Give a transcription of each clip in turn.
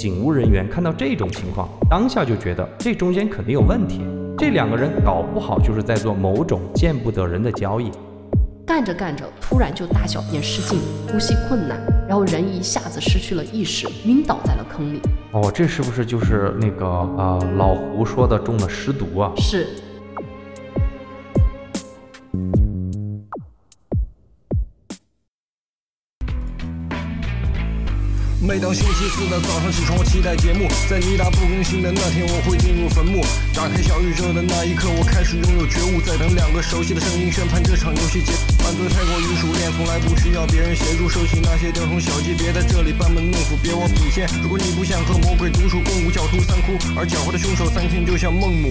警务人员看到这种情况，当下就觉得这中间肯定有问题，这两个人搞不好就是在做某种见不得人的交易。 干着干着，突然就大小便失禁，呼吸困难，然后人一下子失去了意识，晕倒在了坑里。 哦，这是不是就是那个老胡说的中了尸毒啊？ 是。 每当星期四的早上起床，我期待节目。在尼达不更新的那天，我会进入坟墓。打开小宇宙的那一刻，我开始拥有觉悟。在等两个熟悉的声音宣判这场游戏结束。犯罪太过于熟练，从来不需要别人协助。收起那些雕虫小技，别在这里班门弄斧，别我笔仙。如果你不想和魔鬼独处共舞，狡徒三哭，而狡猾的凶手三天就像孟母。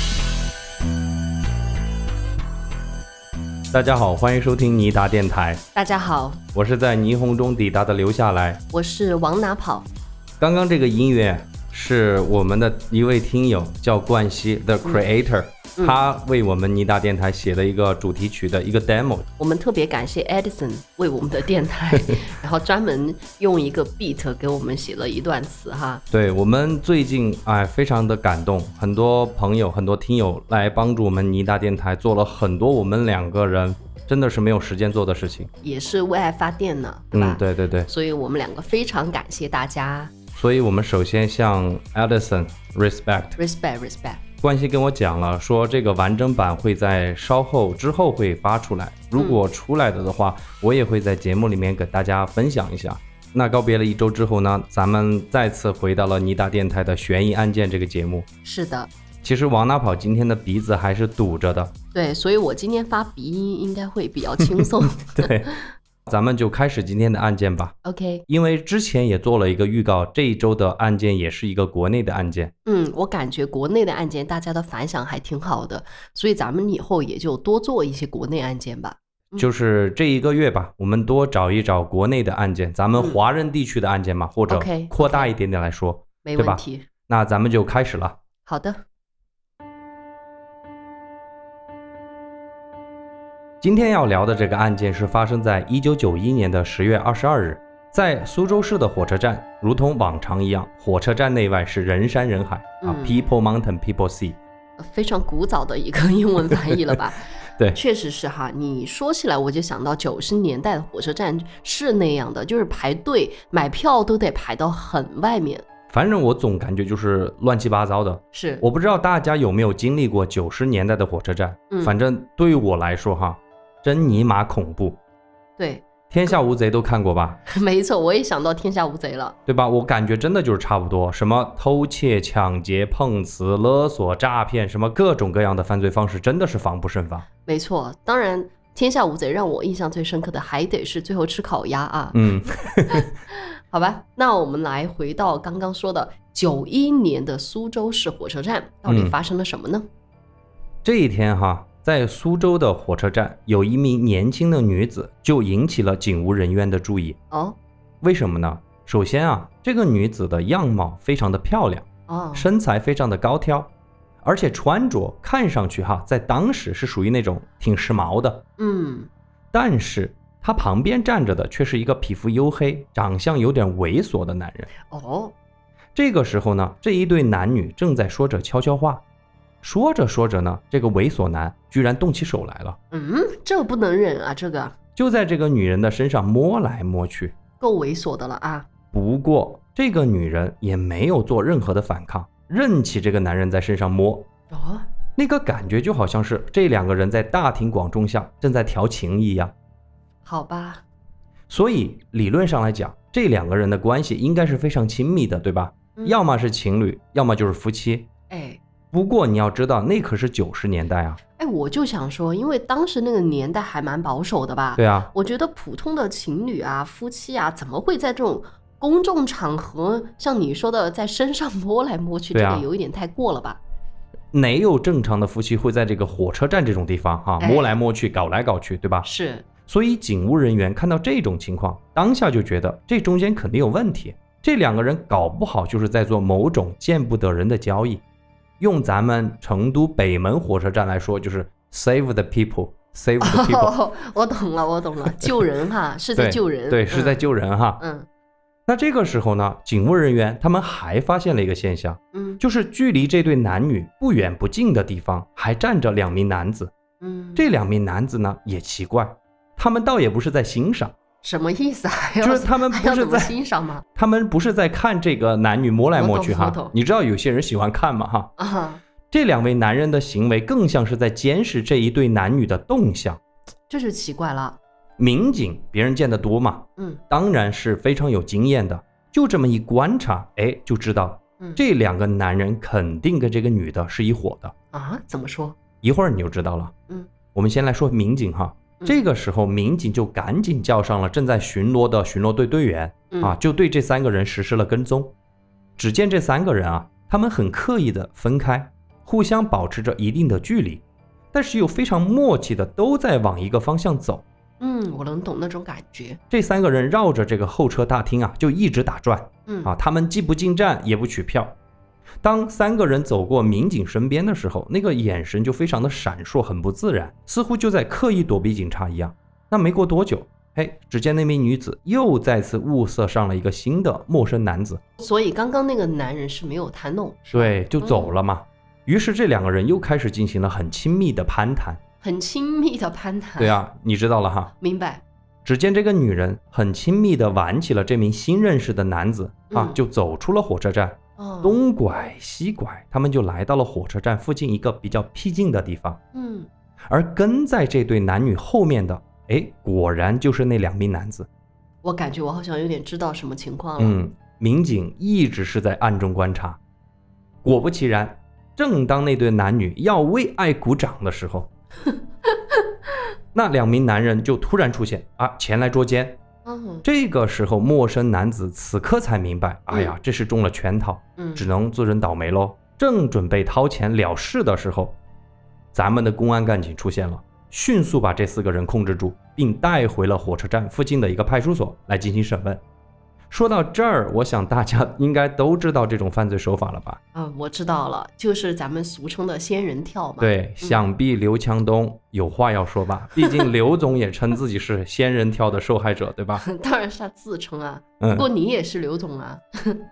大家好，欢迎收听尼达电台。 大家好， 我是在霓虹中抵达的留下来， 我是往哪跑。 刚刚这个音乐是我们的一位听友叫冠希 The Creator，他为我们尼达电台写的一个主题曲的一个 demo。 我们特别感谢 Edison 为我们的电台然后专门用一个 beat 给我们写了一段词哈。 对，我们最近非常的感动，很多朋友很多听友来帮助我们尼达电台做了很多我们两个人真的是没有时间做的事情， 也是为爱发电呢，对吧？ 对对对， 所以我们两个非常感谢大家。 所以我们首先向 Edison respect。 冠希跟我讲了，说这个完整版会在稍后之后会发出来，如果出来的话，我也会在节目里面给大家分享一下。那告别了一周之后呢，咱们再次回到了尼达电台的悬疑案件这个节目。 是的， 其实往哪跑今天的鼻子还是堵着的， 对，所以我今天发鼻音应该会比较轻松对，咱们就开始今天的案件吧。 OK， 因为之前也做了一个预告，这一周的案件也是一个国内的案件。 我感觉国内的案件大家的反响还挺好的，所以咱们以后也就多做一些国内案件吧。 就是这一个月吧，我们多找一找国内的案件，咱们华人地区的案件嘛，或者扩大一点点来说， 没问题。 那咱们就开始了。 好的。 今天要聊的这个案件是发生在1991年的10月22日，在苏州市的火车站，如同往常一样，火车站内外是人山人海People Mountain People Sea， 非常古早的一个英文翻译了吧对， 确实是哈。你说起来我就想到90年代的火车站是那样的，就是排队买票都得排到很外面， 反正我总感觉就是乱七八糟的。 是， 我不知道大家有没有经历过90年代的火车站，反正对于我来说哈，真尼玛恐怖。 对， 天下无贼都看过吧？ 没错，我也想到天下无贼了， 对吧？我感觉真的就是差不多，什么偷窃、抢劫、碰瓷、勒索、诈骗，什么各种各样的犯罪方式，真的是防不胜防。 没错，当然天下无贼让我印象最深刻的还得是最后吃烤鸭啊。好吧，那我们来回到刚刚说的91年的苏州市火车站，到底发生了什么呢？ 这一天哈，在苏州的火车站，有一名年轻的女子就引起了警务人员的注意。为什么呢？首先这个女子的样貌非常的漂亮，身材非常的高挑，而且穿着看上去在当时是属于那种挺时髦的。但是她旁边站着的却是一个皮肤黝黑、长相有点猥琐的男人。这个时候呢，这一对男女正在说着悄悄话。说着说着呢，这个猥琐男居然动起手来了。 这不能忍啊，这个就在这个女人的身上摸来摸去， 够猥琐的了啊。 不过这个女人也没有做任何的反抗，任其这个男人在身上摸。那个感觉就好像是这两个人在大庭广众下正在调情一样。 好吧， 所以理论上来讲，这两个人的关系应该是非常亲密的，对吧？要么是情侣，要么就是夫妻。不过你要知道，那可是90年代啊。 我就想说，因为当时那个年代还蛮保守的吧。 对啊， 我觉得普通的情侣啊、夫妻啊，怎么会在这种公众场合像你说的在身上摸来摸去，这个有一点太过了吧。 哪有正常的夫妻会在这个火车站这种地方摸来摸去、搞来搞去，对吧？ 是。 所以警务人员看到这种情况，当下就觉得这中间肯定有问题，这两个人搞不好就是在做某种见不得人的交易。用咱们成都北门火车站来说，就是 save the people， save the people。 我懂了，救人哈，是在救人。 对，是在救人哈。 那这个时候呢，警务人员他们还发现了一个现象，就是距离这对男女不远不近的地方还站着2名男子。这2名男子呢也奇怪，他们倒也不是在欣赏。 什么意思啊？ 就是他们不是在欣赏吗？ 他们不是在看这个男女摸来摸去哈。你知道有些人喜欢看嘛哈。这2位男人的行为更像是在监视这一对男女的动向， 这就奇怪了。 民警别人见得多嘛，当然是非常有经验的，就这么一观察，就知道这2个男人肯定跟这个女的是一伙的啊。怎么说？ 一会儿你就知道了。我们先来说民警哈。这个时候民警就赶紧叫上了正在巡逻的巡逻队队员就对这3个人实施了跟踪。只见这3个人啊，他们很刻意的分开，互相保持着一定的距离，但是又非常默契的都在往一个方向走。 我能懂那种感觉。 这3个人绕着这个候车大厅就一直打转。他们既不进站也不取票。当3个人走过民警身边的时候，那个眼神就非常的闪烁，很不自然，似乎就在刻意躲避警察一样。那没过多久，只见那名女子又再次物色上了一个新的陌生男子。 所以刚刚那个男人是没有摊弄， 对，就走了嘛。于是这2个人又开始进行了很亲密的攀谈。 很亲密的攀谈。 对啊，你知道了哈。 明白。 只见这个女人很亲密地挽起了这名新认识的男子就走出了火车站。东拐西拐，他们就来到了火车站附近一个比较僻静的地方。而跟在这对男女后面的，果然就是那2名男子。 我感觉我好像有点知道什么情况了。 民警一直是在暗中观察。果不其然，正当那对男女要为爱鼓掌的时候，那2名男人就突然出现前来捉奸。这个时候陌生男子此刻才明白，这是中了圈套，只能自认倒霉咯。正准备掏钱了事的时候，咱们的公安干警出现了，迅速把这4个人控制住，并带回了火车站附近的一个派出所来进行审问。说到这儿，我想大家应该都知道这种犯罪手法了吧？ 我知道了，就是咱们俗称的仙人跳嘛。 对，想必刘强东有话要说吧？毕竟刘总也称自己是仙人跳的受害者，对吧？ 当然是他自称啊。不过你也是刘总啊。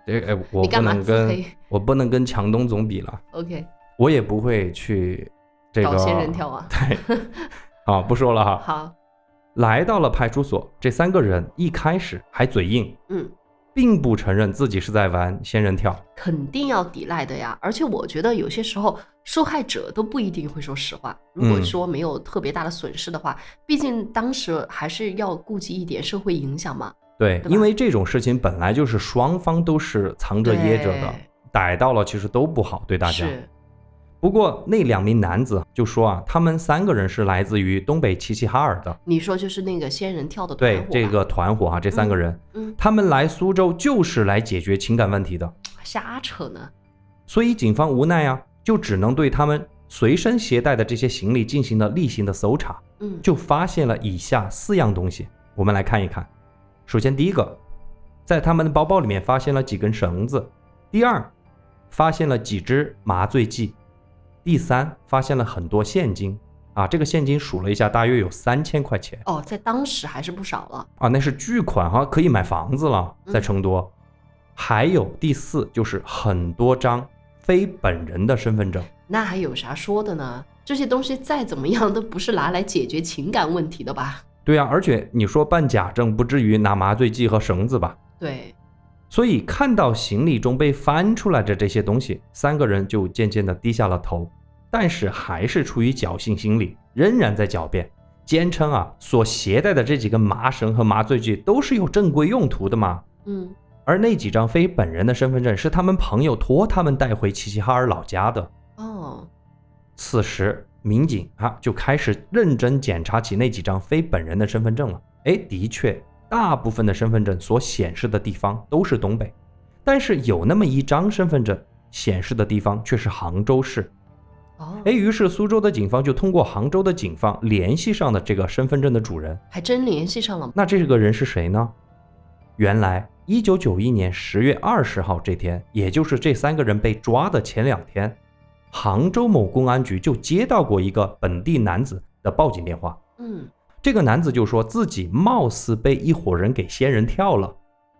我不能跟强东总比了。 OK。 我也不会去搞仙人跳啊。 对。好，不说了哈。 好。 来到了派出所，这3个人一开始还嘴硬，并不承认自己是在玩仙人跳。 肯定要抵赖的呀，而且我觉得有些时候受害者都不一定会说实话。如果说没有特别大的损失的话，毕竟当时还是要顾及一点社会影响嘛。 对，因为这种事情本来就是双方都是藏着掖着的，逮到了其实都不好对大家。 是。 不过那2名男子就说他们3个人是来自于东北齐齐哈尔的。 你说就是那个仙人跳的团伙吧？ 对，这个团伙这3个人，他们来苏州就是来解决情感问题的。 瞎扯呢。 所以警方无奈就只能对他们随身携带的这些行李进行了例行的搜查。就发现了以下4样东西，我们来看一看。首先第一个，在他们的包包里面发现了几根绳子。第2，发现了几支麻醉剂。第3，发现了很多现金这个现金数了一下，大约有3000块钱。 在当时还是不少了那是巨款可以买房子了，在成都。还有第4，就是很多张非本人的身份证。 那还有啥说的呢？这些东西再怎么样都不是拿来解决情感问题的吧？ 对而且你说办假证不至于拿麻醉剂和绳子吧？ 对。 所以看到行李中被翻出来的这些东西，3个人就渐渐地低下了头，但是还是出于侥幸心理，仍然在狡辩，坚称所携带的这几根麻绳和麻醉剂都是有正规用途的嘛。而那几张非本人的身份证是他们朋友托他们带回齐齐哈尔老家的。此时民警就开始认真检查起那几张非本人的身份证了。的确大部分的身份证所显示的地方都是东北，但是有那么一张身份证显示的地方却是杭州市。于是苏州的警方就通过杭州的警方联系上了这个身份证的主人。 还真联系上了。 那这个人是谁呢？原来1991年10月20号这天，也就是这3个人被抓的前2天，杭州某公安局就接到过一个本地男子的报警电话。这个男子就说自己貌似被一伙人给仙人跳了。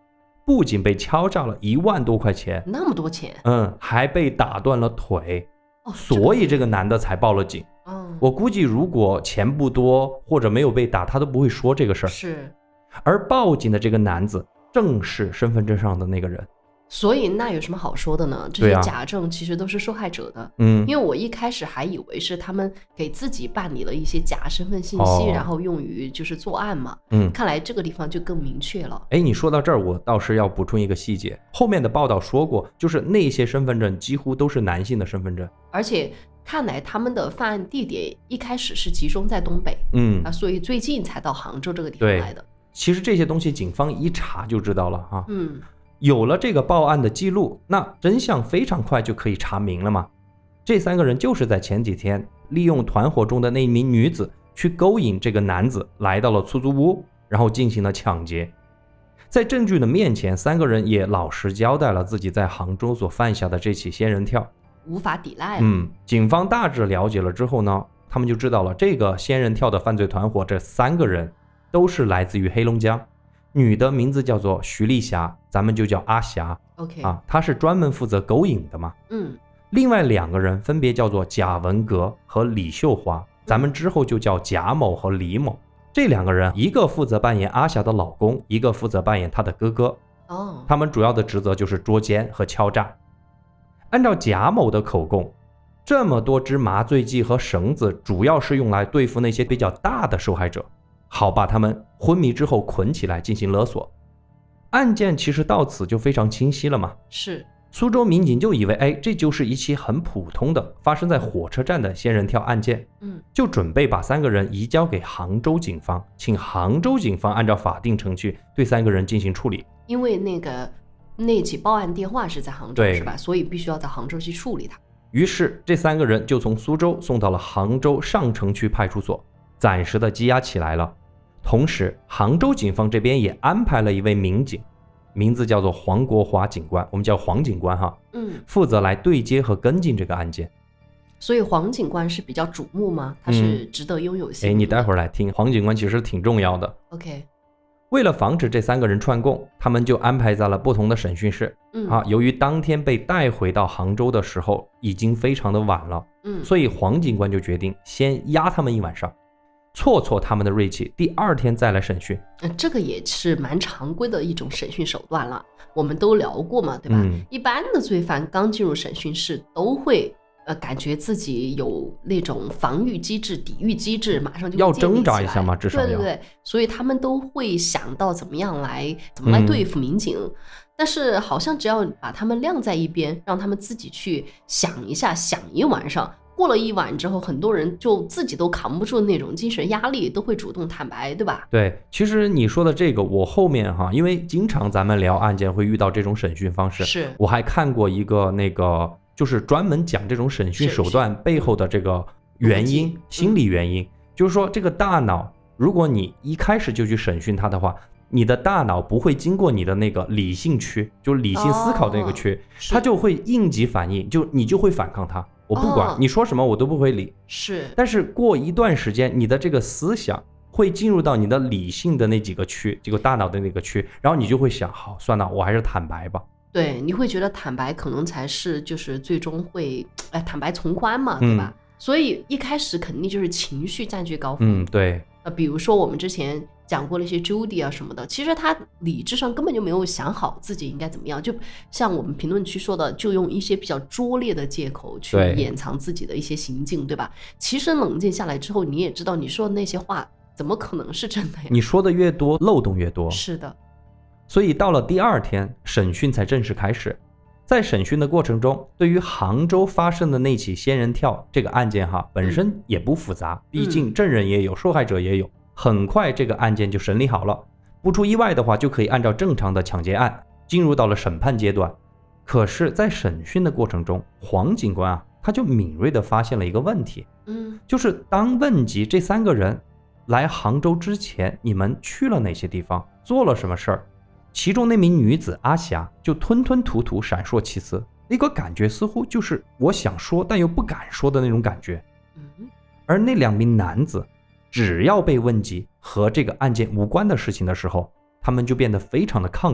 不仅被敲诈了1万多块钱， 那么多钱， 还被打断了腿， 所以这个男的才报了警。我估计如果钱不多或者没有被打，他都不会说这个事儿。 是， 而报警的这个男子正是身份证上的那个人。 所以那有什么好说的呢？这些假证其实都是受害者的。因为我一开始还以为是他们给自己办理了一些假身份信息，然后用于就是作案嘛。看来这个地方就更明确了。 你说到这儿，我倒是要补充一个细节，后面的报道说过，就是那些身份证几乎都是男性的身份证， 而且看来他们的犯案地点一开始是集中在东北，所以最近才到杭州这个地方来的。 其实这些东西警方一查就知道了哈。有了这个报案的记录，那真相非常快就可以查明了嘛。这3个人就是在前几天利用团伙中的那名女子去勾引这个男子来到了出租屋，然后进行了抢劫。在证据的面前，3个人也老实交代了自己在杭州所犯下的这起仙人跳， 无法抵赖了。 警方大致了解了之后呢，他们就知道了这个仙人跳的犯罪团伙，这3个人都是来自于黑龙江。女的名字叫做徐丽霞，咱们就叫阿霞。 OK 她是专门负责勾引的嘛。另外2个人分别叫做贾文革和李秀华，咱们之后就叫贾某和李某。这2个人，一个负责扮演阿霞的老公，一个负责扮演她的哥哥。他们主要的职责就是捉奸和敲诈。按照贾某的口供，这么多支麻醉剂和绳子主要是用来对付那些比较大的受害者，好把他们昏迷之后捆起来进行勒索。案件其实到此就非常清晰了嘛。 是， 苏州民警就以为这就是一起很普通的发生在火车站的仙人跳案件，就准备把3个人移交给杭州警方，请杭州警方按照法定程序对3个人进行处理。 因为那起报案电话是在杭州是吧？所以必须要在杭州去处理它。 于是这3个人就从苏州送到了杭州上城区派出所，暂时的羁押起来了。同时杭州警方这边也安排了一位民警，名字叫做黄国华警官，我们叫黄警官哈，负责来对接和跟进这个案件。 所以黄警官是比较瞩目吗？他是值得拥有性。 你待会儿来听，黄警官其实挺重要的。 OK， 为了防止这3个人串供，他们就安排在了不同的审讯室。由于当天被带回到杭州的时候已经非常的晚了，所以黄警官就决定先压他们一晚上，挫挫他们的锐气，第2天再来审讯。 这个也是蛮常规的一种审讯手段了，我们都聊过嘛，对吧？一般的罪犯刚进入审讯室都会感觉自己有那种防御机制、抵御机制，马上就要挣扎一下嘛，至少要。 对，所以他们都会想到怎么来对付民警。但是好像只要把他们晾在一边，让他们自己去想一下，想一晚上。过了一晚之后，很多人就自己都扛不住那种精神压力，都会主动坦白，对吧？ 对，其实你说的这个，我后面因为经常咱们聊案件会遇到这种审讯方式， 是我还看过一个就是专门讲这种审讯手段背后的这个原因，心理原因，就是说这个大脑，如果你一开始就去审讯他的话，你的大脑不会经过你的那个理性区，就是理性思考的那个区，它就会应急反应，你就会反抗它。我不管你说什么我都不会理， 是。 但是过一段时间，你的这个思想会进入到你的理性的那几个区，这个大脑的那个区，然后你就会想，好，算了，我还是坦白吧。 对，你会觉得坦白可能才是就是最终会坦白从宽嘛，对吧？所以一开始肯定就是情绪占据高峰。 对。 比如说我们之前讲过那些 Judy 啊什么的，其实他理智上根本就没有想好自己应该怎么样，就像我们评论区说的，就用一些比较拙劣的借口去掩藏自己的一些行径，对吧？其实冷静下来之后，你也知道你说的那些话怎么可能是真的呀？ 你说的越多，漏洞越多。 是的。 所以到了第2天，审讯才正式开始。在审讯的过程中，对于杭州发生的那起仙人跳这个案件本身也不复杂，毕竟证人也有，受害者也有，很快这个案件就审理好了。不出意外的话，就可以按照正常的抢劫案进入到了审判阶段。可是在审讯的过程中，黄警官他就敏锐地发现了一个问题，就是当问及这3个人来杭州之前，你们去了哪些地方，做了什么事儿，其中那名女子阿霞就吞吞吐吐，闪烁其词，那个感觉似乎就是我想说但又不敢说的那种感觉。而那2名男子只要被问及和这个案件无关的事情的时候，他们就变得非常的抗拒，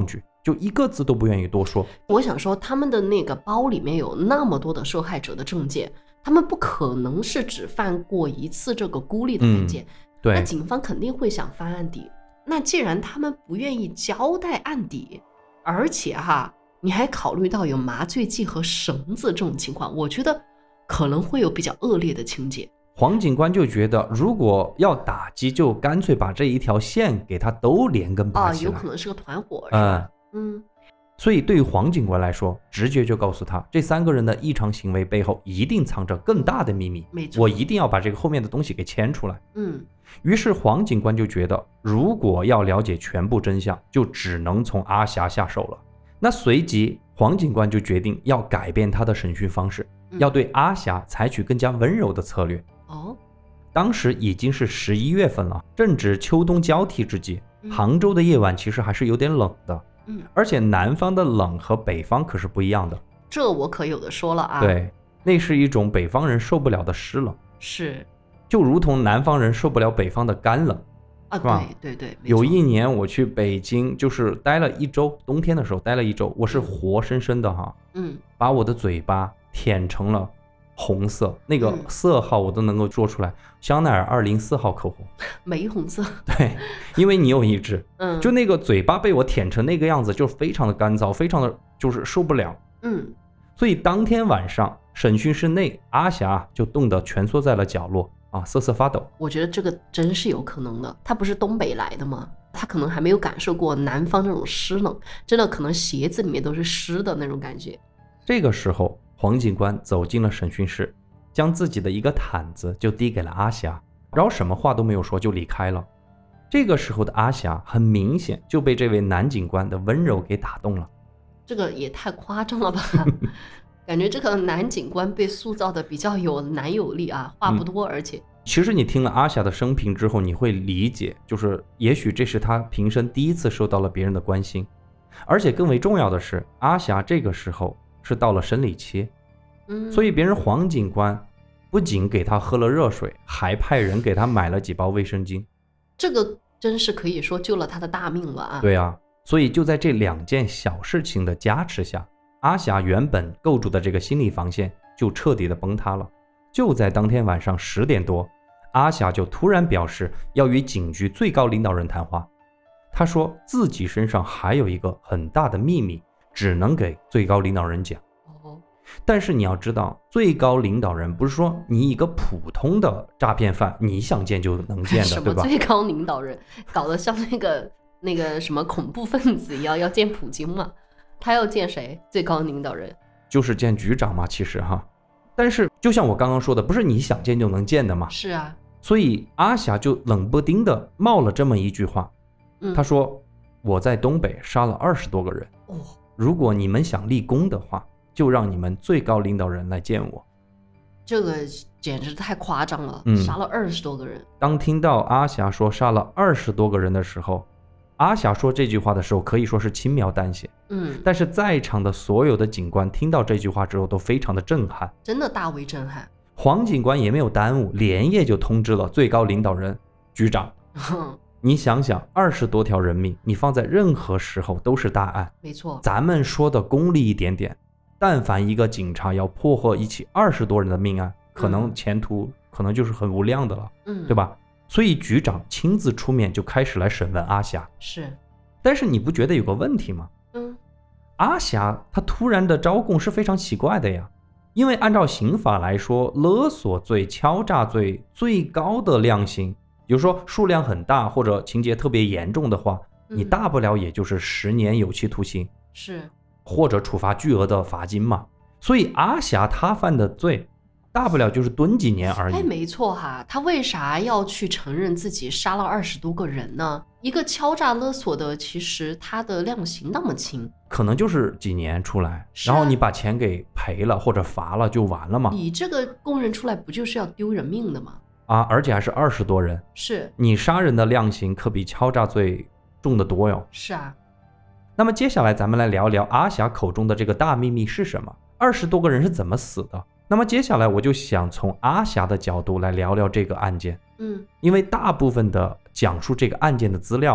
就一个字都不愿意多说。 我想说，他们的那个包里面有那么多的受害者的证件，他们不可能是只犯过一次这个孤立的案件， 对， 那警方肯定会想翻案底。那既然他们不愿意交代案底，而且你还考虑到有麻醉剂和绳子这种情况，我觉得可能会有比较恶劣的情节。 黄警官就觉得，如果要打击，就干脆把这一条线给他都连根拔起来。 有可能是个团伙，是吧？ 所以对于黄警官来说，直觉就告诉他，这3个人的异常行为背后一定藏着更大的秘密。 没错， 我一定要把这个后面的东西给牵出来。于是黄警官就觉得，如果要了解全部真相，就只能从阿霞下手了。那随即黄警官就决定要改变他的审讯方式，要对阿霞采取更加温柔的策略。当时已经是11月份了，正值秋冬交替之际，杭州的夜晚其实还是有点冷的。而且南方的冷和北方可是不一样的， 这我可有的说了啊。 对，那是一种北方人受不了的湿冷， 是， 就如同南方人受不了北方的干冷啊。对， 有一年我去北京，就是待了1周，冬天的时候待了1周，我是活生生的把我的嘴巴舔成了红色，那个色号我都能够说出来，香奈儿204号口红， 玫红色。 对，因为你有一支，就那个嘴巴被我舔成那个样子，就非常的干燥，非常的就是受不了。所以当天晚上审讯室内，阿霞就冻得蜷缩在了角落瑟瑟发抖。 我觉得这个真是有可能的，他不是东北来的吗？他可能还没有感受过南方这种湿冷，真的可能鞋子里面都是湿的那种感觉。 这个时候黄警官走进了审讯室，将自己的一个毯子就递给了阿霞，然后什么话都没有说就离开了。这个时候的阿霞很明显就被这位男警官的温柔给打动了。 这个也太夸张了吧感觉这个男警官被塑造的比较有男友力话不多，而且其实你听了阿霞的生平之后，你会理解，就是也许这是她平生第一次受到了别人的关心，而且更为重要的是，阿霞这个时候是到了生理期，所以别人黄警官不仅给她喝了热水，还派人给她买了几包卫生巾。 这个真是可以说救了她的大命了对啊，所以就在这2件小事情的加持下，阿霞原本构筑的这个心理防线就彻底的崩塌了。就在当天晚上10点多，阿霞就突然表示要与警局最高领导人谈话。她说自己身上还有一个很大的秘密，只能给最高领导人讲。但是你要知道，最高领导人不是说你一个普通的诈骗犯你想见就能见的，对吧？ 什么最高领导人，搞得像那个什么恐怖分子一样，要见普京嘛？他要见谁？最高领导人就是见局长嘛，其实但是就像我刚刚说的，不是你想见就能见的嘛。 是啊。 所以阿霞就冷不丁的冒了这么一句话，她说我在东北杀了20多个人，如果你们想立功的话，就让你们最高领导人来见我。 这个简直太夸张了，杀了20多个人。 当听到阿霞说杀了20多个人的时候，阿霞说这句话的时候可以说是轻描淡写，但是在场的所有的警官听到这句话之后都非常的震撼， 真的大为震撼。 黄警官也没有耽误，连夜就通知了最高领导人局长你想想，20多条人命你放在任何时候都是大案。 没错， 咱们说的功利一点点，但凡一个警察要破获一起20多人的命案，可能前途可能就是很无量的了，对吧？所以局长亲自出面就开始来审问阿霞。 是， 但是你不觉得有个问题吗？阿霞她突然的招供是非常奇怪的呀，因为按照刑法来说，勒索罪、敲诈罪最高的量刑，比如说数量很大或者情节特别严重的话，你大不了也就是10年有期徒刑， 是， 或者处罚巨额的罚金嘛。所以阿霞她犯的罪大不了就是蹲几年而已。 没错他为啥要去承认自己杀了20多个人呢？一个敲诈勒索的，其实他的量刑那么轻， 可能就是几年出来，然后你把钱给赔了或者罚了就完了嘛。 你这个供认出来不就是要丢人命的吗？ 而且还是20多人， 是你杀人的量刑可比敲诈罪重得多哟。 是啊。 那么接下来咱们来聊聊阿霞口中的这个大秘密是什么，20多个人是怎么死的。那么接下来我就想从阿霞的角度来聊聊这个案件，因为大部分的讲述这个案件的资料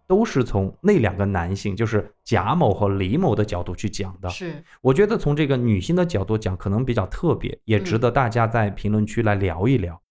都是从那两个男性，就是贾某和李某的角度去讲的。 是， 我觉得从这个女性的角度讲，可能比较特别，也值得大家在评论区来聊一聊。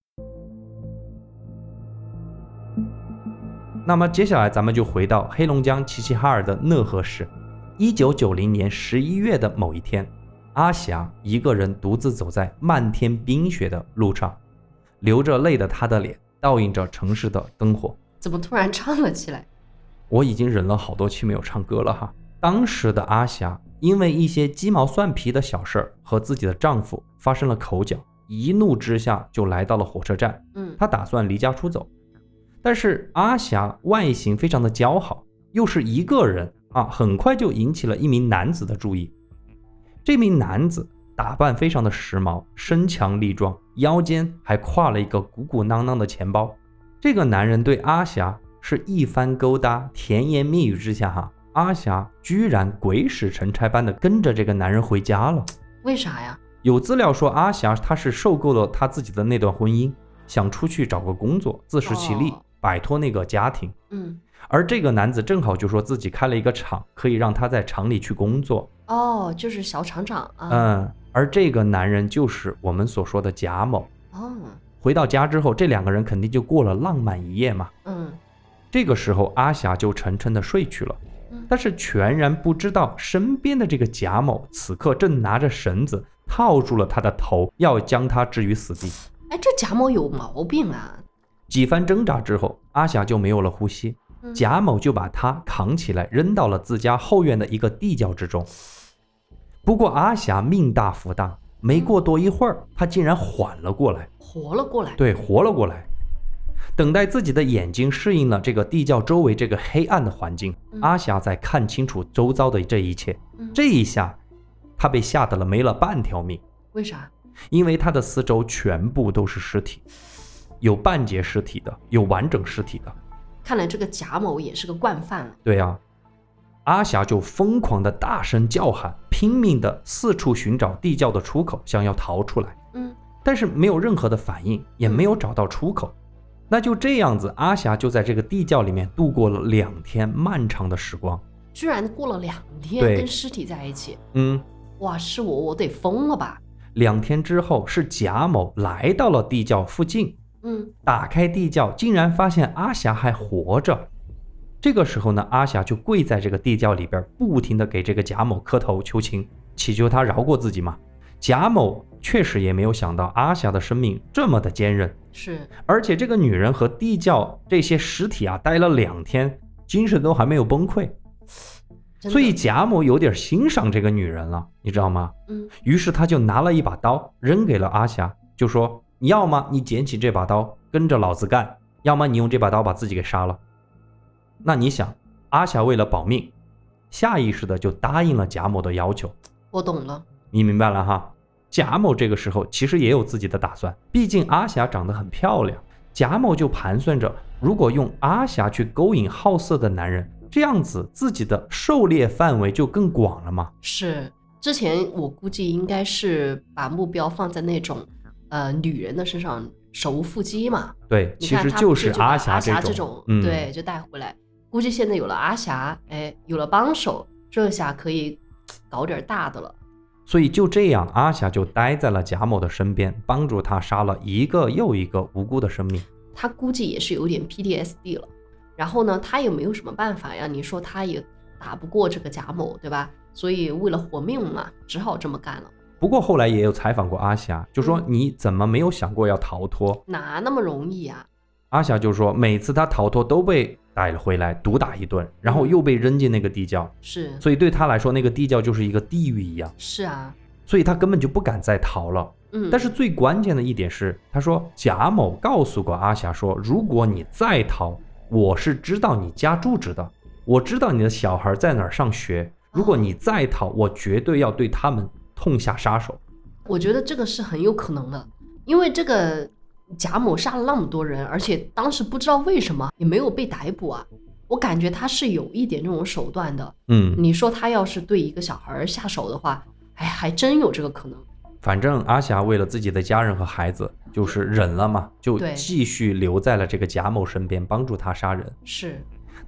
那么接下来咱们就回到黑龙江齐齐哈尔的讷河市。1990年11月的某一天，阿霞一个人独自走在漫天冰雪的路上，流着泪的她的脸倒映着城市的灯火。 怎么突然唱了起来？ 我已经忍了好多期没有唱歌了哈。当时的阿霞因为一些鸡毛蒜皮的小事和自己的丈夫发生了口角，一怒之下就来到了火车站。她打算离家出走。但是阿霞外形非常的姣好，又是一个人很快就引起了一名男子的注意。这名男子打扮非常的时髦，身强力壮，腰间还挎了一个鼓鼓囊囊的钱包。这个男人对阿霞是一番勾搭，甜言蜜语之下阿霞居然鬼使神差般的跟着这个男人回家了。 为啥呀？ 有资料说阿霞她是受够了她自己的那段婚姻，想出去找个工作自食其力，摆脱那个家庭。而这个男子正好就说自己开了一个厂，可以让他在厂里去工作。 就是小厂长啊。 而这个男人就是我们所说的贾某。回到家之后，这两个人肯定就过了浪漫一夜嘛。这个时候阿霞就沉沉的睡去了。但是全然不知道身边的这个贾某此刻正拿着绳子套住了他的头，要将他置于死地。 这贾某有毛病啊。 几番挣扎之后，阿霞就没有了呼吸。贾某就把他扛起来扔到了自家后院的一个地窖之中。不过阿霞命大福大，没过多一会儿，她竟然缓了过来， 活了过来。 对，活了过来。等待自己的眼睛适应了这个地窖周围这个黑暗的环境，阿霞才看清楚周遭的这一切。这一下她被吓得了没了半条命。 为啥？ 因为她的四周全部都是尸体，有半截尸体的，有完整尸体的。 看来这个贾某也是个惯犯了。 对啊，阿霞就疯狂的大声叫喊，拼命的四处寻找地窖的出口，想要逃出来。但是没有任何的反应，也没有找到出口。那就这样子，阿霞就在这个地窖里面度过了2天漫长的时光。 居然过了2天跟尸体在一起。哇，是我得疯了吧。 2天之后，是贾某来到了地窖附近。打开地窖，竟然发现阿霞还活着。这个时候呢，阿霞就跪在这个地窖里边，不停的给这个贾某磕头求情，祈求他饶过自己嘛。贾某确实也没有想到阿霞的生命这么的坚韧， 是， 而且这个女人和地窖这些尸体待了2天，精神都还没有崩溃。所以贾某有点欣赏这个女人了，你知道吗？于是他就拿了一把刀扔给了阿霞，就说你要么你捡起这把刀跟着老子干，要么你用这把刀把自己给杀了。那你想，阿霞为了保命，下意识的就答应了贾某的要求。 我懂了， 你明白了哈。贾某这个时候其实也有自己的打算，毕竟阿霞长得很漂亮，贾某就盘算着，如果用阿霞去勾引好色的男人，这样子自己的狩猎范围就更广了嘛。 是，之前我估计应该是把目标放在那种女人的身上，手无缚鸡嘛。 对，其实就是阿霞这种，对，就带回来。估计现在有了阿霞，有了帮手，这下可以搞点大的了。 所以就这样，阿霞就待在了贾某的身边，帮助他杀了一个又一个无辜的生命。 他估计也是有点 PTSD 了，然后呢，他也没有什么办法呀。你说他也打不过这个贾某，对吧？所以为了活命嘛，只好这么干了。 不过后来也有采访过阿霞，就说你怎么没有想过要逃脱？ 哪那么容易啊？ 阿霞就说每次他逃脱都被逮了回来，毒打一顿，然后又被扔进那个地窖。 是， 所以对他来说，那个地窖就是一个地狱一样。 是啊， 所以他根本就不敢再逃了。但是最关键的一点是，他说贾某告诉过阿霞说，如果你再逃，我是知道你家住址的，我知道你的小孩在哪儿上学，如果你再逃，我绝对要对他们痛下杀手。 我觉得这个是很有可能的，因为这个贾某杀了那么多人，而且当时不知道为什么也没有被逮捕啊，我感觉他是有一点这种手段的。你说他要是对一个小孩下手的话，还真有这个可能。 反正阿霞为了自己的家人和孩子，就是忍了嘛，就继续留在了这个贾某身边，帮助他杀人。 是。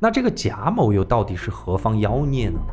那这个贾某又到底是何方妖孽呢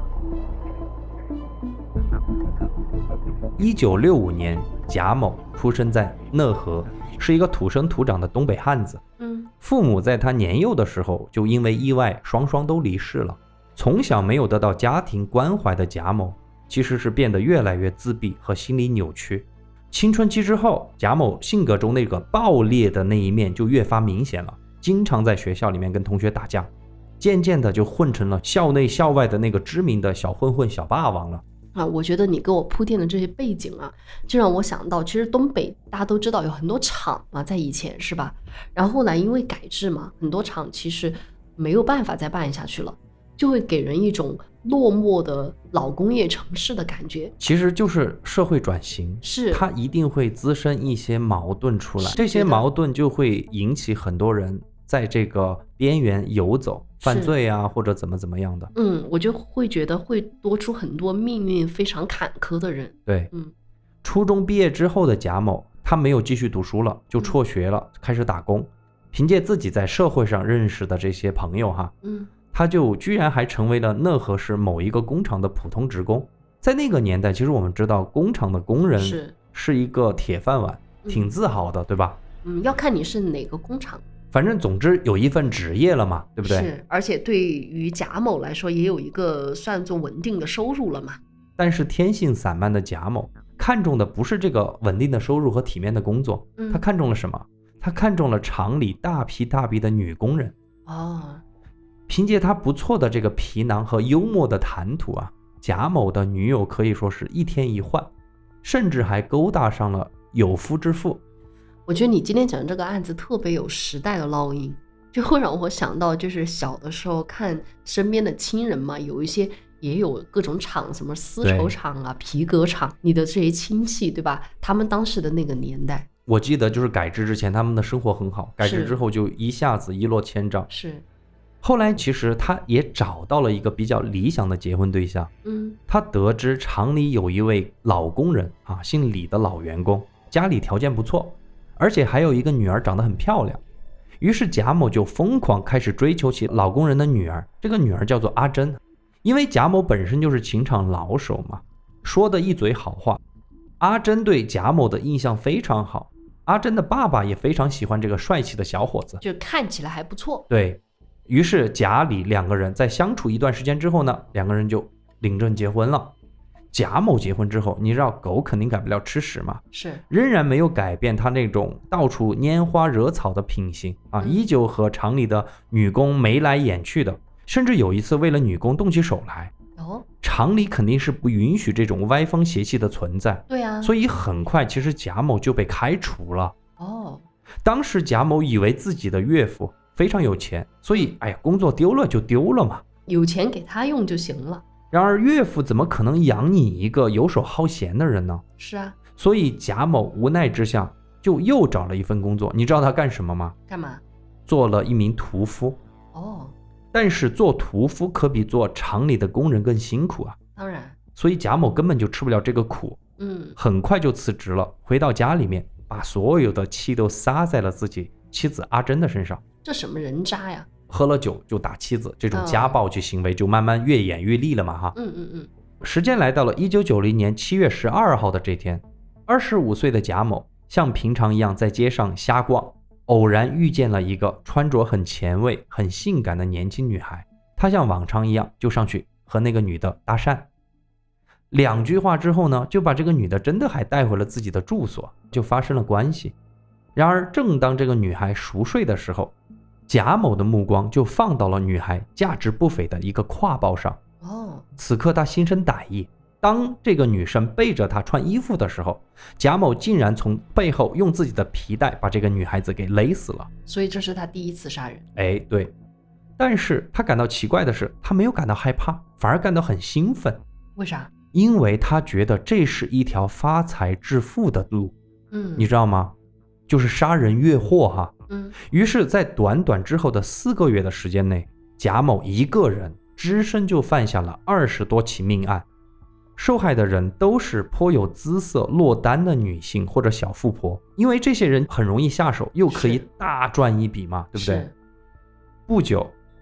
？1965年，贾某出生在讷河，是一个土生土长的东北汉子。父母在他年幼的时候就因为意外双双都离世了。从小没有得到家庭关怀的贾某，其实是变得越来越自闭和心理扭曲。青春期之后，贾某性格中那个暴烈的那一面就越发明显了，经常在学校里面跟同学打架，渐渐的就混成了校内校外的那个知名的小混混小霸王了。 我觉得你给我铺垫的这些背景啊，就让我想到，其实东北大家都知道有很多厂嘛，在以前是吧？然后后来因为改制嘛，很多厂其实没有办法再办下去了，就会给人一种落寞的老工业城市的感觉。 其实就是社会转型， 是它一定会滋生一些矛盾出来，这些矛盾就会引起很多人在这个边缘游走，犯罪啊，或者怎么样的。 我就会觉得会多出很多命运非常坎坷的人。 对，初中毕业之后的贾某，他没有继续读书了，就辍学了，开始打工。凭借自己在社会上认识的这些朋友哈，他就居然还成为了讷河市某一个工厂的普通职工。在那个年代，其实我们知道工厂的工人是一个铁饭碗，挺自豪的，对吧？ 要看你是哪个工厂。 反正总之有一份职业了嘛，对不对？ 是，而且对于贾某来说也有一个算作稳定的收入了嘛。 但是天性散漫的贾某看重的不是这个稳定的收入和体面的工作，他看重了什么？他看中了厂里大批的女工人。凭借他不错的这个皮囊和幽默的谈吐啊，贾某的女友可以说是一天一换，甚至还勾搭上了有夫之妇。 我觉得你今天讲这个案子特别有时代的烙印，就会让我想到就是小的时候看身边的亲人嘛，有一些也有各种厂，什么丝绸厂啊、皮革厂，你的这些亲戚对吧，他们当时的那个年代， 我记得就是改制之前他们的生活很好，改制之后就一下子一落千丈。 是， 后来其实他也找到了一个比较理想的结婚对象。他得知厂里有一位老工人啊，姓李的老员工，家里条件不错，而且还有一个女儿长得很漂亮。于是贾某就疯狂开始追求起老工人的女儿，这个女儿叫做阿珍。因为贾某本身就是情场老手嘛，说的一嘴好话，阿珍对贾某的印象非常好。阿珍的爸爸也非常喜欢这个帅气的小伙子， 就看起来还不错。 对，于是贾李两个人在相处一段时间之后呢，两个人就领证结婚了。贾某结婚之后，你知道狗肯定改不了吃屎嘛， 是， 仍然没有改变他那种到处拈花惹草的品行啊，依旧和厂里的女工眉来眼去的，甚至有一次为了女工动起手来。厂里肯定是不允许这种歪风邪气的存在， 对啊， 所以很快其实贾某就被开除了。当时贾某以为自己的岳父非常有钱，所以工作丢了就丢了嘛， 有钱给他用就行了。 然而岳父怎么可能养你一个游手好闲的人呢？ 是啊， 所以贾某无奈之下就又找了一份工作。你知道他干什么吗？ 干嘛？ 做了一名屠夫。但是做屠夫可比做厂里的工人更辛苦啊。 当然， 所以贾某根本就吃不了这个苦。很快就辞职了，回到家里面，把所有的气都撒在了自己妻子阿珍的身上。 这什么人渣呀？ 喝了酒就打妻子，这种家暴级行为就慢慢越演越烈了嘛哈。时间来到了1990年7月12号的这天，25岁的贾某像平常一样在街上瞎逛，偶然遇见了一个穿着很前卫、很性感的年轻女孩。他像往常一样就上去和那个女的搭讪，两句话之后呢，就把这个女的真的还带回了自己的住所，就发生了关系。然而正当这个女孩熟睡的时候，贾某的目光就放到了女孩价值不菲的一个挎包上。此刻他心生歹意，当这个女生背着他穿衣服的时候，贾某竟然从背后用自己的皮带把这个女孩子给勒死了。 所以这是他第一次杀人。 对。但是他感到奇怪的是，他没有感到害怕，反而感到很兴奋。 为啥？ 因为他觉得这是一条发财致富的路。你知道吗？就是杀人越货哈。于是在短短之后的4个月的时间内，贾某一个人只身就犯下了20多起命案。受害的人都是颇有姿色落单的女性或者小富婆，因为这些人很容易下手，又可以大赚一笔嘛，对不对？不久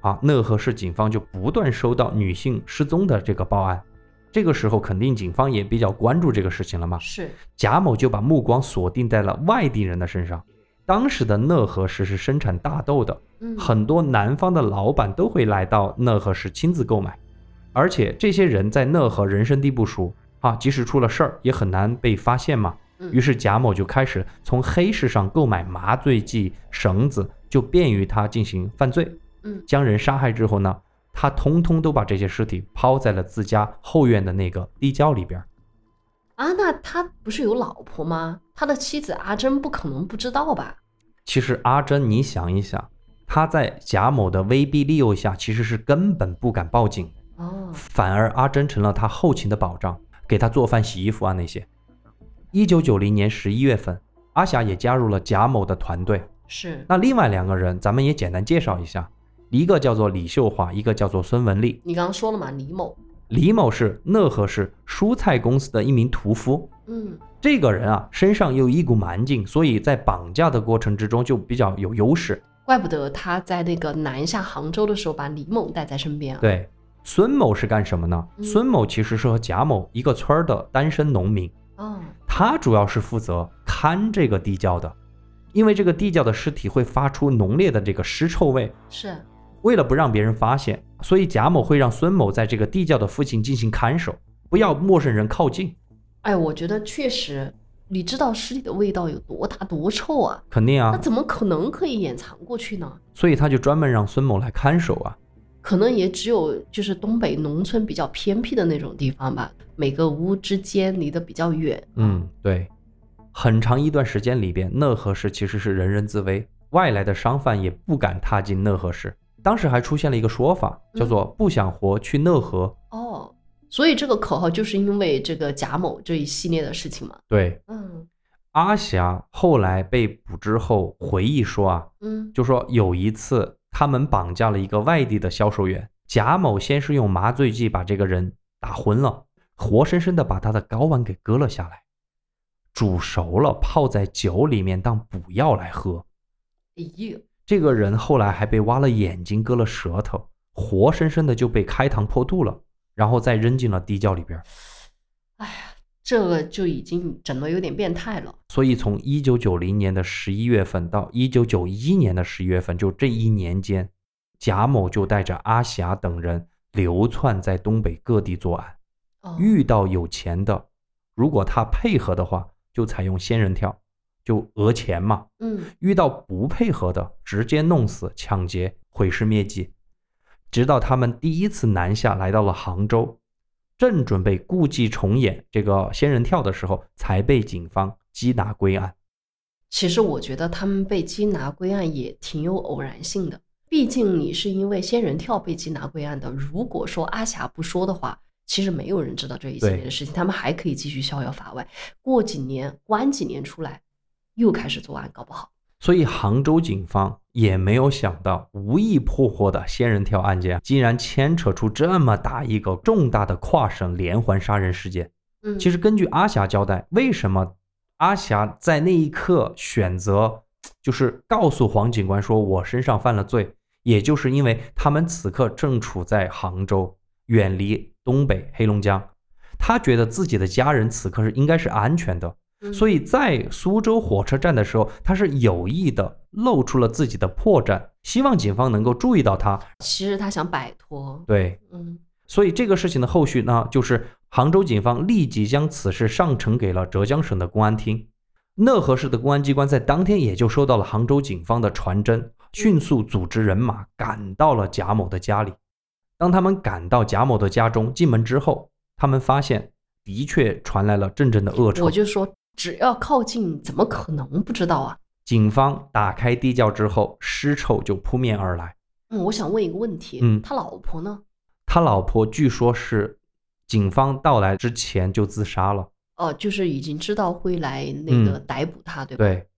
讷河市警方就不断收到女性失踪的这个报案。这个时候肯定警方也比较关注这个事情了嘛， 是。 贾某就把目光锁定在了外地人的身上。当时的讷河市是生产大豆的，很多南方的老板都会来到讷河市亲自购买，而且这些人在讷河人生地不熟即使出了事儿也很难被发现嘛。于是贾某就开始从黑市上购买麻醉剂、绳子，就便于他进行犯罪。将人杀害之后呢，他通通都把这些尸体抛在了自家后院的那个地窖里边。 那他不是有老婆吗？他的妻子阿珍不可能不知道吧？ 其实阿珍，你想一想，他在贾某的威逼利诱下，其实是根本不敢报警，反而阿珍成了他后勤的保障，给他做饭、洗衣服那些。1990年11月份，阿霞也加入了贾某的团队。 是。 那另外2个人，咱们也简单介绍一下，一个叫做李秀华，一个叫做孙文丽。 你刚刚说了嘛， 李某是讷河市蔬菜公司的一名屠夫。这个人身上有一股蛮劲，所以在绑架的过程之中就比较有优势。 怪不得他在那个南下杭州的时候把李某带在身边。 对，孙某是干什么呢？孙某其实是和贾某一个村的单身农民。他主要是负责看这个地窖的，因为这个地窖的尸体会发出浓烈的这个尸臭味。 是。 为了不让别人发现，所以贾某会让孙某在这个地窖的附近进行看守，不要陌生人靠近。 我觉得确实，你知道尸体的味道有多大多臭啊？ 肯定啊。 那怎么可能可以掩藏过去呢？ 所以他就专门让孙某来看守啊。 可能也只有就是东北农村比较偏僻的那种地方吧，每个屋之间离得比较远。 对。很长一段时间里边，讷河市其实是人人自危，外来的商贩也不敢踏进讷河市。当时还出现了一个说法，叫做不想活去讷河。 所以这个口号就是因为这个贾某这一系列的事情嘛。 对。阿霞后来被捕之后回忆说就说有一次他们绑架了一个外地的销售员，贾某先是用麻醉剂把这个人打昏了，活生生的把他的睾丸给割了下来，煮熟了泡在酒里面当补药来喝。这个人后来还被挖了眼睛，割了舌头，活生生的就被开膛破肚了，然后再扔进了地窖里边。 这个就已经整得有点变态了。 所以从1990年的11月份到1991年的11月份，就这1年间，贾某就带着阿霞等人流窜在东北各地作案。遇到有钱的，如果他配合的话，就采用仙人跳，就讹钱嘛。遇到不配合的，直接弄死、抢劫、毁尸灭迹。直到他们第一次南下来到了杭州，正准备故伎重演这个仙人跳的时候，才被警方缉拿归案。 其实我觉得他们被缉拿归案也挺有偶然性的，毕竟你是因为仙人跳被缉拿归案的，如果说阿霞不说的话，其实没有人知道这一系列的事情，他们还可以继续逍遥法外，过几年关几年出来又开始作案，搞不好。 所以杭州警方也没有想到，无意破获的仙人跳案件竟然牵扯出这么大一个重大的跨省连环杀人事件。其实根据阿霞交代，为什么阿霞在那一刻选择就是告诉黄警官说我身上犯了罪，也就是因为他们此刻正处在杭州，远离东北黑龙江，他觉得自己的家人此刻应该是安全的，所以在苏州火车站的时候，他是有意的露出了自己的破绽，希望警方能够注意到他。 其实他想摆脱。 对，所以这个事情的后续呢，就是杭州警方立即将此事上呈给了浙江省的公安厅。讷河市的公安机关在当天也就收到了杭州警方的传真，迅速组织人马赶到了贾某的家里。当他们赶到贾某的家中，进门之后，他们发现的确传来了阵阵的恶臭。 我就说只要靠近，怎么可能不知道啊？ 警方打开地窖之后，尸臭就扑面而来。 我想问一个问题，他老婆呢？ 他老婆据说是警方到来之前就自杀了。 就是已经知道会来那个逮捕他，对吧？ 对。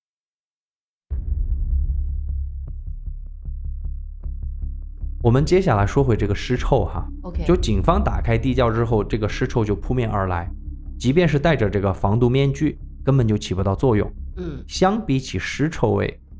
我们接下来说回这个尸臭哈。就警方打开地窖之后，这个尸臭就扑面而来，即便是戴着这个防毒面具，根本就起不到作用。相比起尸臭味，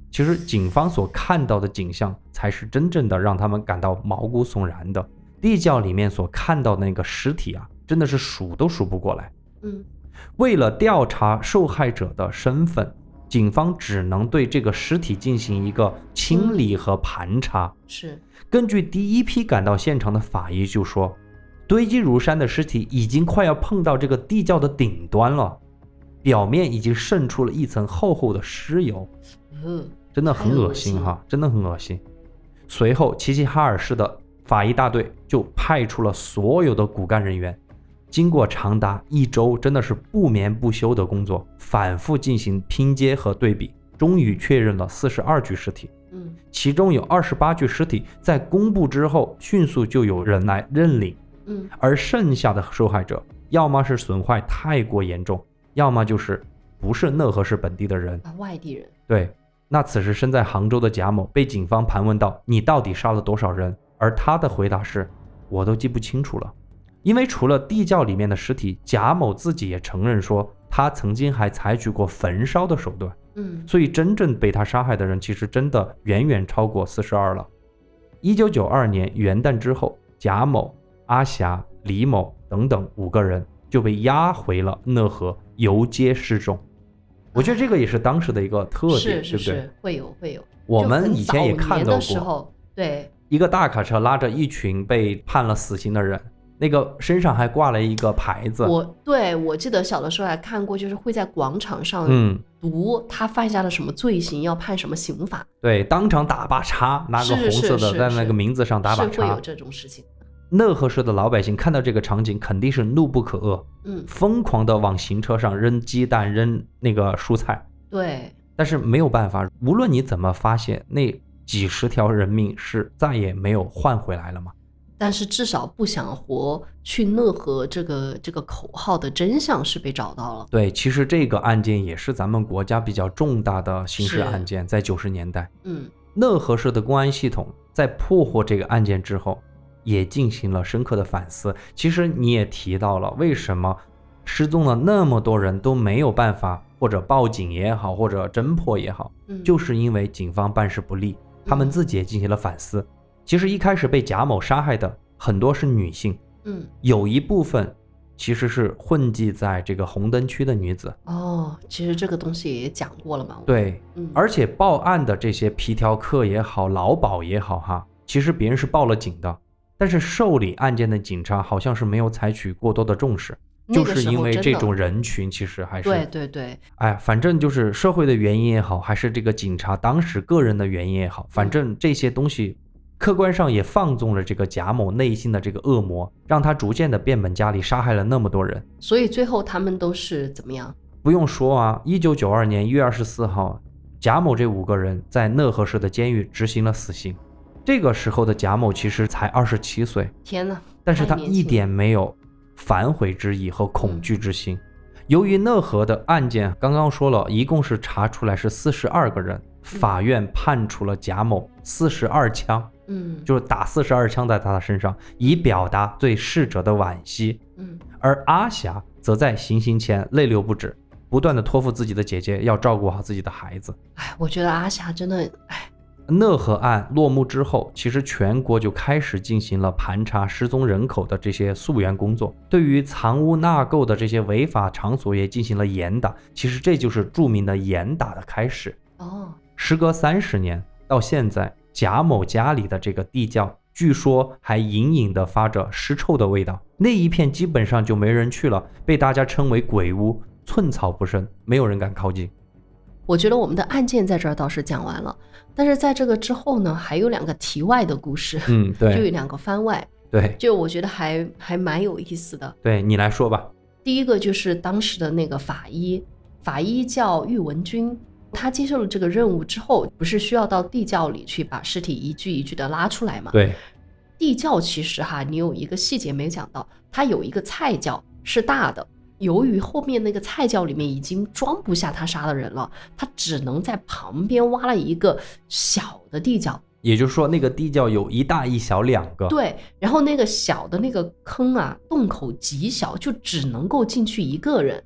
其实警方所看到的景象才是真正的让他们感到毛骨悚然的。地窖里面所看到的那个尸体啊，真的是数都数不过来。为了调查受害者的身份，警方只能对这个尸体进行一个清理和盘查。 是， 根据第一批赶到现场的法医就说，堆积如山的尸体已经快要碰到这个地窖的顶端了，表面已经渗出了一层厚厚的尸油。真的很恶心哈，真的很恶心。随后齐齐哈尔市的法医大队就派出了所有的骨干人员，经过长达1周真的是不眠不休的工作，反复进行拼接和对比，终于确认了42具尸体。其中有28具尸体在公布之后迅速就有人来认领。而剩下的受害者要么是损坏太过严重，要么就是不是讷河市本地的人， 外地人。 对，那此时身在杭州的贾某被警方盘问到，你到底杀了多少人？而他的回答是，我都记不清楚了。因为除了地窖里面的尸体，贾某自己也承认说他曾经还采取过焚烧的手段。所以真正被他杀害的人其实真的远远超过42了。1992年元旦之后，贾某、阿霞、李某等等5个人就被押回了讷河游街示众。我觉得这个也是当时的一个特点， 是对不对？ 会有。 我们以前也看到过，对， 一个大卡车拉着一群被判了死刑的人，那个身上还挂了一个牌子。 我记得小的时候还看过，就是会在广场上读他犯下了什么罪行，要判什么刑罚。 对，当场打把叉，拿个红色的在那个名字上打把叉， 是会有这种事情。 讷河市的老百姓看到这个场景肯定是怒不可遏，疯狂的往行车上扔鸡蛋，扔那个蔬菜。 对， 但是没有办法，无论你怎么发现，那几十条人命是再也没有换回来了吗？ 但是至少不想活去讷河这个口号的真相是被找到了。 对，其实这个案件也是咱们国家比较重大的刑事案件，在90年代。讷河市的公安系统在破获这个案件之后也进行了深刻的反思。其实你也提到了，为什么失踪了那么多人都没有办法，或者报警也好，或者侦破也好，就是因为警方办事不力，他们自己也进行了反思。其实一开始被贾某杀害的很多是女性，有一部分其实是混迹在这个红灯区的女子。 其实这个东西也讲过了嘛。 对，而且报案的这些皮条客也好，劳保也好哈，其实别人是报了警的，但是受理案件的警察好像是没有采取过多的重视，就是因为这种人群其实还是对， 反正就是社会的原因也好，还是这个警察当时个人的原因也好，反正这些东西客观上也放纵了这个贾某内心的这个恶魔，让他逐渐的变本加厉，杀害了那么多人。 所以最后他们都是怎么样？ 不用说啊，1992年1月24号，贾某这5个人在讷河市的监狱执行了死刑。这个时候的贾某其实才27岁， 天哪！ 但是他一点没有反悔之意和恐惧之心。由于讷河的案件刚刚说了，一共是查出来是42个人，法院判处了贾某42枪，就是打42枪在他的身上，以表达对逝者的惋惜。而阿霞则在行刑前泪流不止，不断的托付自己的姐姐要照顾好自己的孩子。 我觉得阿霞真的讷河案落幕之后，其实全国就开始进行了盘查失踪人口的这些溯源工作，对于藏污纳垢的这些违法场所也进行了严打。其实这就是著名的严打的开始。时隔30年，到现在贾某家里的这个地窖据说还隐隐地发着尸臭的味道，那一片基本上就没人去了，被大家称为鬼屋，寸草不生，没有人敢靠近。 我觉得我们的案件在这儿倒是讲完了，但是在这个之后呢，还有2个题外的故事。 对， 就有2个番外。 对， 就我觉得还蛮有意思的。 对，你来说吧。 第一个就是当时的那个法医叫喻文军，他接受了这个任务之后，不是需要到地窖里去把尸体一具一具的拉出来吗？ 对， 地窖其实你有一个细节没讲到，它有一个菜窖是大的，由于后面那个菜窖里面已经装不下他杀的人了，他只能在旁边挖了一个小的地窖。 也就是说那个地窖有一大一小2个。 对，然后那个小的那个坑洞口极小，就只能够进去1个人。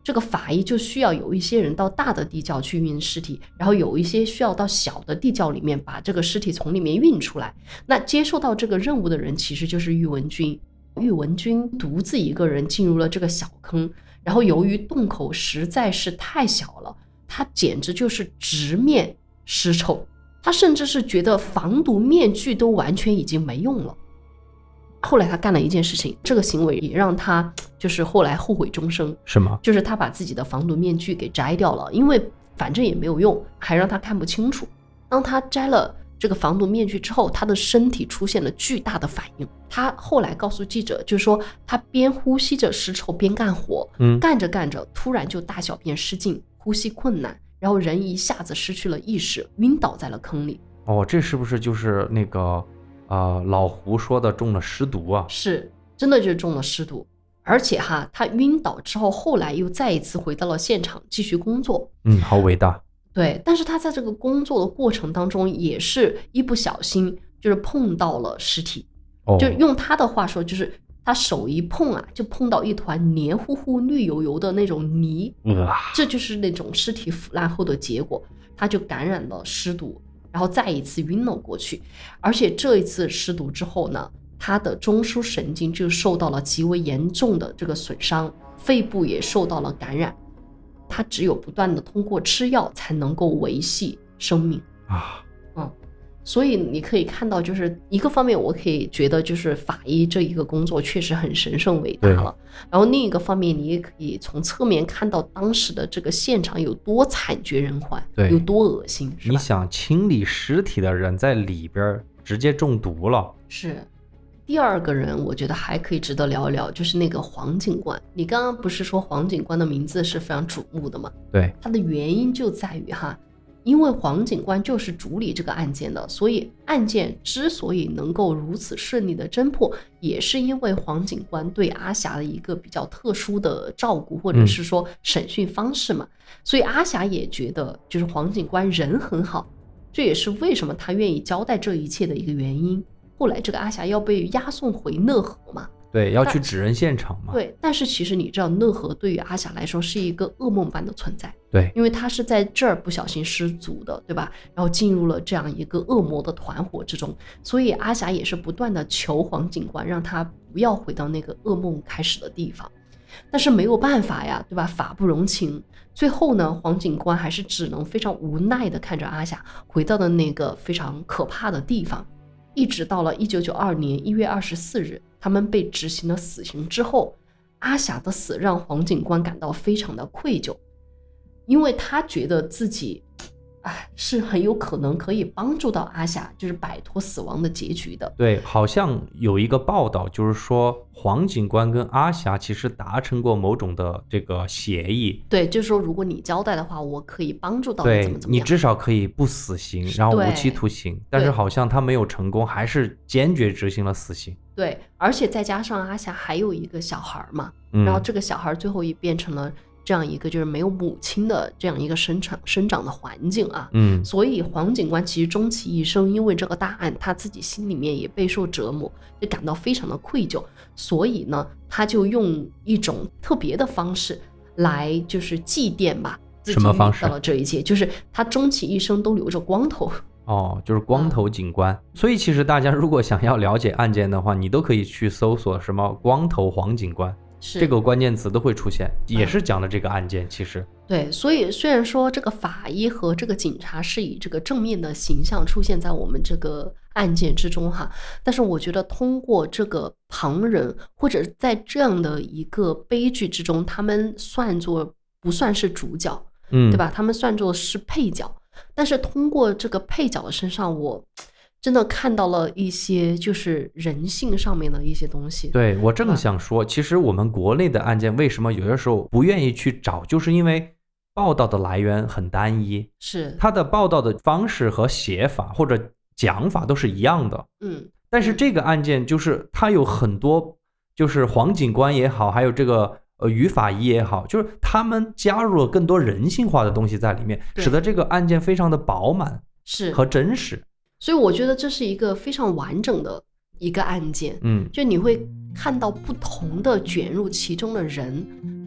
这个法医就需要有一些人到大的地窖去运尸体，然后有一些需要到小的地窖里面把这个尸体从里面运出来。那接受到这个任务的人其实就是喻文君。喻文君独自一个人进入了这个小坑，然后由于洞口实在是太小了，他简直就是直面尸臭，他甚至是觉得防毒面具都完全已经没用了。后来他干了一件事情，这个行为也让他就是后来后悔终生。 是吗？ 就是他把自己的防毒面具给摘掉了，因为反正也没有用，还让他看不清楚。当他摘了这个防毒面具之后，他的身体出现了巨大的反应。他后来告诉记者，就是说他边呼吸着尸臭边干活，干着干着突然就大小便失禁，呼吸困难，然后人一下子失去了意识，晕倒在了坑里。 哦，这是不是就是那个老胡说的中了尸毒啊？ 是，真的就是中了尸毒。而且他晕倒之后，后来又再一次回到了现场继续工作。 好伟大。 对，但是他在这个工作的过程当中，也是一不小心就是碰到了尸体。就用他的话说，就是他手一碰啊，就碰到一团黏糊糊绿油油的那种泥，这就是那种尸体腐烂后的结果。他就感染了尸毒，然后再一次晕了过去。而且这一次尸毒之后呢，他的中枢神经就受到了极为严重的这个损伤，肺部也受到了感染。他只有不断的通过吃药才能够维系生命啊。所以你可以看到，就是一个方面我可以觉得就是法医这一个工作确实很神圣伟大了，然后另一个方面你也可以从侧面看到当时的这个现场有多惨绝人寰，有多恶心，是吧？ 你想清理尸体的人在里边直接中毒了。 是。第二个人我觉得还可以值得聊一聊，就是那个黄警官。你刚刚不是说黄警官的名字是非常瞩目的吗？ 对， 他的原因就在于因为黄警官就是主理这个案件的，所以案件之所以能够如此顺利的侦破，也是因为黄警官对阿霞的一个比较特殊的照顾，或者是说审讯方式嘛。所以阿霞也觉得就是黄警官人很好，这也是为什么他愿意交代这一切的一个原因。后来这个阿霞要被押送回讷河嘛， 对，要去指认现场嘛。 对，但是其实你知道，讷河对于阿霞来说是一个噩梦般的存在。 对， 因为他是在这儿不小心失足的，对吧？然后进入了这样一个恶魔的团伙之中，所以阿霞也是不断的求黄警官让他不要回到那个噩梦开始的地方。但是没有办法呀，对吧？法不容情。最后呢，黄警官还是只能非常无奈的看着阿霞回到了那个非常可怕的地方。一直到了1992年1月24日，他们被执行了死刑之后，阿霞的死让黄警官感到非常的愧疚，因为他觉得自己是很有可能可以帮助到阿霞，就是摆脱死亡的结局的。 对，好像有一个报道，就是说黄警官跟阿霞其实达成过某种的这个协议。 对，就是说如果你交代的话，我可以帮助到你怎么样。 对，你至少可以不死刑，然后无期徒刑。但是好像他没有成功，还是坚决执行了死刑。 对，而且再加上阿霞还有一个小孩嘛，然后这个小孩最后也变成了这样一个就是没有母亲的这样一个生长的环境啊。所以黄警官其实终其一生因为这个大案，他自己心里面也备受折磨，就感到非常的愧疚。所以呢，他就用一种特别的方式来就是祭奠吧自己遇到了这一切，就是他终其一生都留着光头。 就是光头警官。所以其实大家如果想要了解案件的话，你都可以去搜索什么光头黄警官，这个关键词都会出现，也是讲的这个案件。其实对，所以虽然说这个法医和这个警察是以这个正面的形象出现在我们这个案件之中但是我觉得通过这个旁人或者在这样的一个悲剧之中，他们不算是主角，对吧？他们算作是配角。但是通过这个配角的身上，我真的看到了一些就是人性上面的一些东西。 对，我正想说，其实我们国内的案件为什么有的时候不愿意去找，就是因为报道的来源很单一， 是它的报道的方式和写法或者讲法都是一样的。但是这个案件就是它有很多，就是黄警官也好，还有这个于法医也好，就是他们加入了更多人性化的东西在里面，使得这个案件非常的饱满和真实。 所以我觉得这是一个非常完整的一个案件。就你会看到不同的卷入其中的人，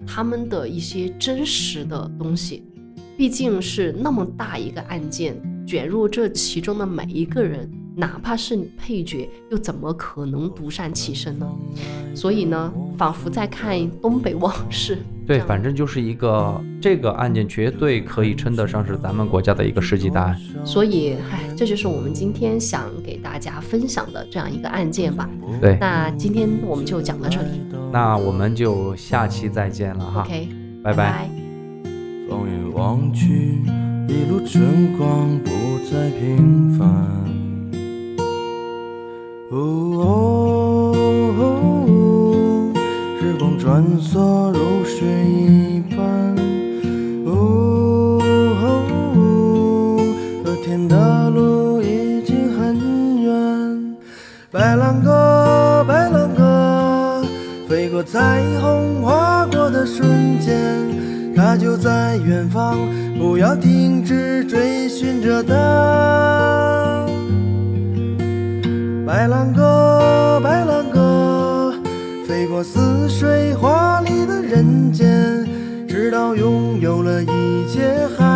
他们的一些真实的东西。毕竟是那么大一个案件，卷入这其中的每一个人，哪怕是配角，又怎么可能独善其身呢？所以呢，仿佛在看东北往事。 对，反正就是一个这个案件绝对可以称得上是咱们国家的一个世纪大案。 所以，这就是我们今天想给大家分享的这样一个案件吧。 对， 那今天我们就讲到这里， 那我们就下期再见了哈。 OK， 拜拜。 放眼望去，一路春光不再平凡。时光穿梭如水一般。和天的路已经很远。白兰鸽，白兰鸽，飞过彩虹划过的瞬间。它就在远方，不要停止追寻着它。白兰鸽，白兰鸽，飞过似水华丽的人间，直到拥有了一切。